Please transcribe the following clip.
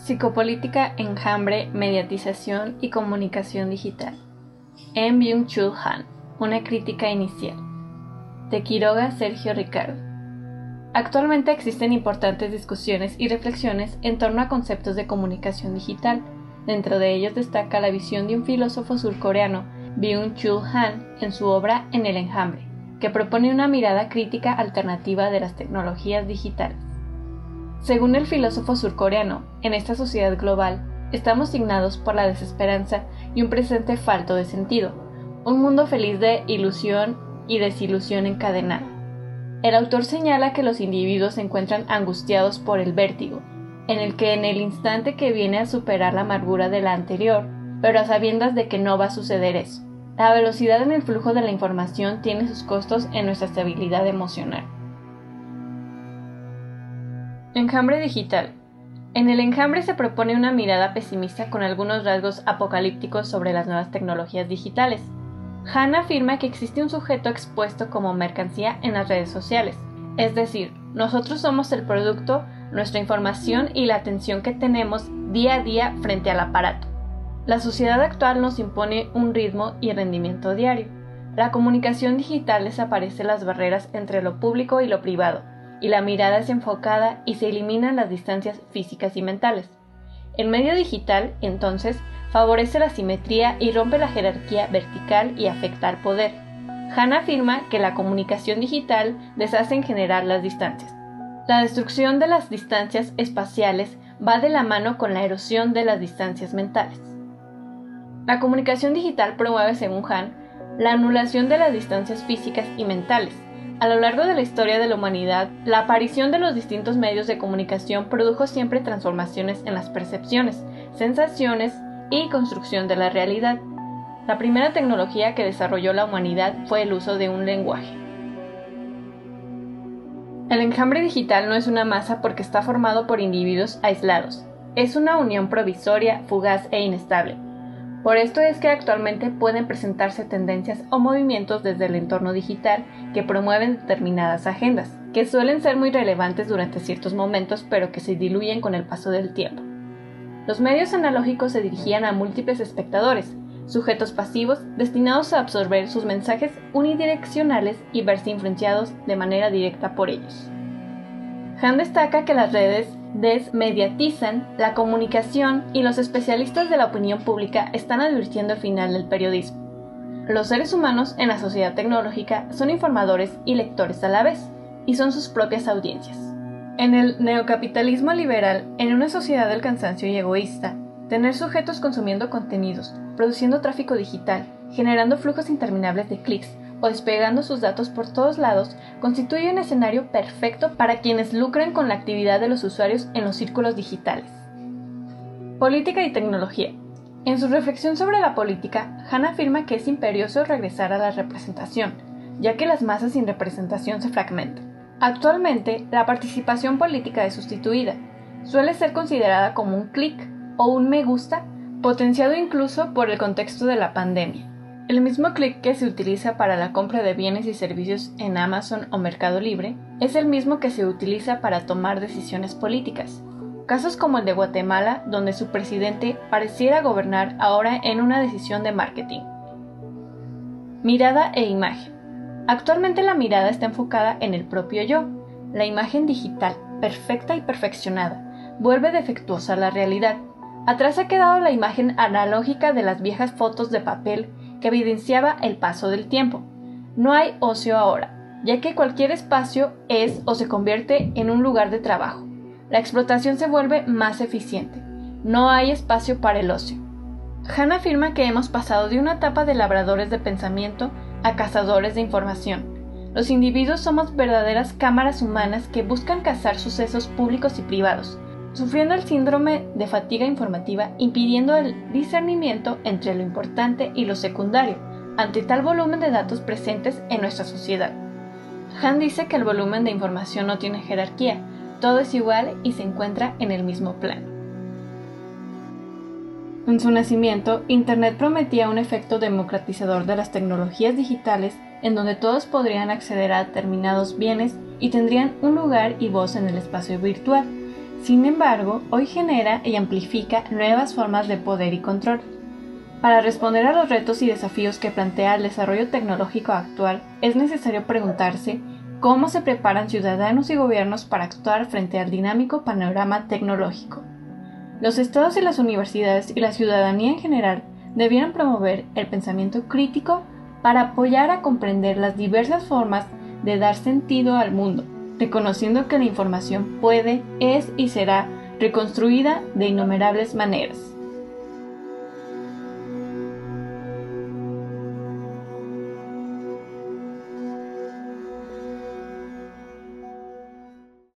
Psicopolítica, enjambre, mediatización y comunicación digital. En Byung-Chul Han, una crítica inicial. De Quiroga, Sergio Ricardo. Actualmente existen importantes discusiones y reflexiones en torno a conceptos de comunicación digital. Dentro de ellos destaca la visión de un filósofo surcoreano, Byung-Chul Han, en su obra En el enjambre, que propone una mirada crítica alternativa de las tecnologías digitales. Según el filósofo surcoreano, en esta sociedad global, estamos signados por la desesperanza y un presente falto de sentido, un mundo feliz de ilusión y desilusión encadenada. El autor señala que los individuos se encuentran angustiados por el vértigo, en el instante que viene a superar la amargura de la anterior, pero a sabiendas de que no va a suceder eso. La velocidad en el flujo de la información tiene sus costos en nuestra estabilidad emocional. Enjambre digital. En el enjambre se propone una mirada pesimista con algunos rasgos apocalípticos sobre las nuevas tecnologías digitales. Han afirma que existe un sujeto expuesto como mercancía en las redes sociales, es decir, nosotros somos el producto, nuestra información y la atención que tenemos día a día frente al aparato. La sociedad actual nos impone un ritmo y rendimiento diario. La comunicación digital desaparece las barreras entre lo público y lo privado, y la mirada es enfocada y se eliminan las distancias físicas y mentales. El medio digital, entonces, favorece la simetría y rompe la jerarquía vertical y afecta al poder. Han afirma que la comunicación digital deshace en general las distancias. La destrucción de las distancias espaciales va de la mano con la erosión de las distancias mentales. La comunicación digital promueve, según Han, la anulación de las distancias físicas y mentales. A lo largo de la historia de la humanidad, la aparición de los distintos medios de comunicación produjo siempre transformaciones en las percepciones, sensaciones y construcción de la realidad. La primera tecnología que desarrolló la humanidad fue el uso de un lenguaje. El enjambre digital no es una masa porque está formado por individuos aislados. Es una unión provisoria, fugaz e inestable. Por esto es que actualmente pueden presentarse tendencias o movimientos desde el entorno digital que promueven determinadas agendas, que suelen ser muy relevantes durante ciertos momentos pero que se diluyen con el paso del tiempo. Los medios analógicos se dirigían a múltiples espectadores, sujetos pasivos destinados a absorber sus mensajes unidireccionales y verse influenciados de manera directa por ellos. Han destaca que las redes desmediatizan la comunicación y los especialistas de la opinión pública están advirtiendo el final del periodismo. Los seres humanos en la sociedad tecnológica son informadores y lectores a la vez, y son sus propias audiencias. En el neocapitalismo liberal, en una sociedad del cansancio y egoísta, tener sujetos consumiendo contenidos, produciendo tráfico digital, generando flujos interminables de clics o despegando sus datos por todos lados, constituye un escenario perfecto para quienes lucran con la actividad de los usuarios en los círculos digitales. Política y tecnología. En su reflexión sobre la política, Han afirma que es imperioso regresar a la representación, ya que las masas sin representación se fragmentan. Actualmente, la participación política es sustituida. Suele ser considerada como un clic o un me gusta, potenciado incluso por el contexto de la pandemia. El mismo clic que se utiliza para la compra de bienes y servicios en Amazon o Mercado Libre es el mismo que se utiliza para tomar decisiones políticas. Casos como el de Guatemala, donde su presidente pareciera gobernar ahora en una decisión de marketing. Mirada e imagen. Actualmente la mirada está enfocada en el propio yo. La imagen digital, perfecta y perfeccionada, vuelve defectuosa la realidad. Atrás ha quedado la imagen analógica de las viejas fotos de papel que evidenciaba el paso del tiempo. No hay ocio ahora, ya que cualquier espacio es o se convierte en un lugar de trabajo. La explotación se vuelve más eficiente. No hay espacio para el ocio. Han afirma que hemos pasado de una etapa de labradores de pensamiento a cazadores de información. Los individuos somos verdaderas cámaras humanas que buscan cazar sucesos públicos y privados, sufriendo el síndrome de fatiga informativa, impidiendo el discernimiento entre lo importante y lo secundario, ante tal volumen de datos presentes en nuestra sociedad. Han dice que el volumen de información no tiene jerarquía, todo es igual y se encuentra en el mismo plano. En su nacimiento, Internet prometía un efecto democratizador de las tecnologías digitales en donde todos podrían acceder a determinados bienes y tendrían un lugar y voz en el espacio virtual. Sin embargo, hoy genera y amplifica nuevas formas de poder y control. Para responder a los retos y desafíos que plantea el desarrollo tecnológico actual, es necesario preguntarse cómo se preparan ciudadanos y gobiernos para actuar frente al dinámico panorama tecnológico. Los estados y las universidades y la ciudadanía en general debieran promover el pensamiento crítico para apoyar a comprender las diversas formas de dar sentido al mundo, reconociendo que la información puede, es y será reconstruida de innumerables maneras.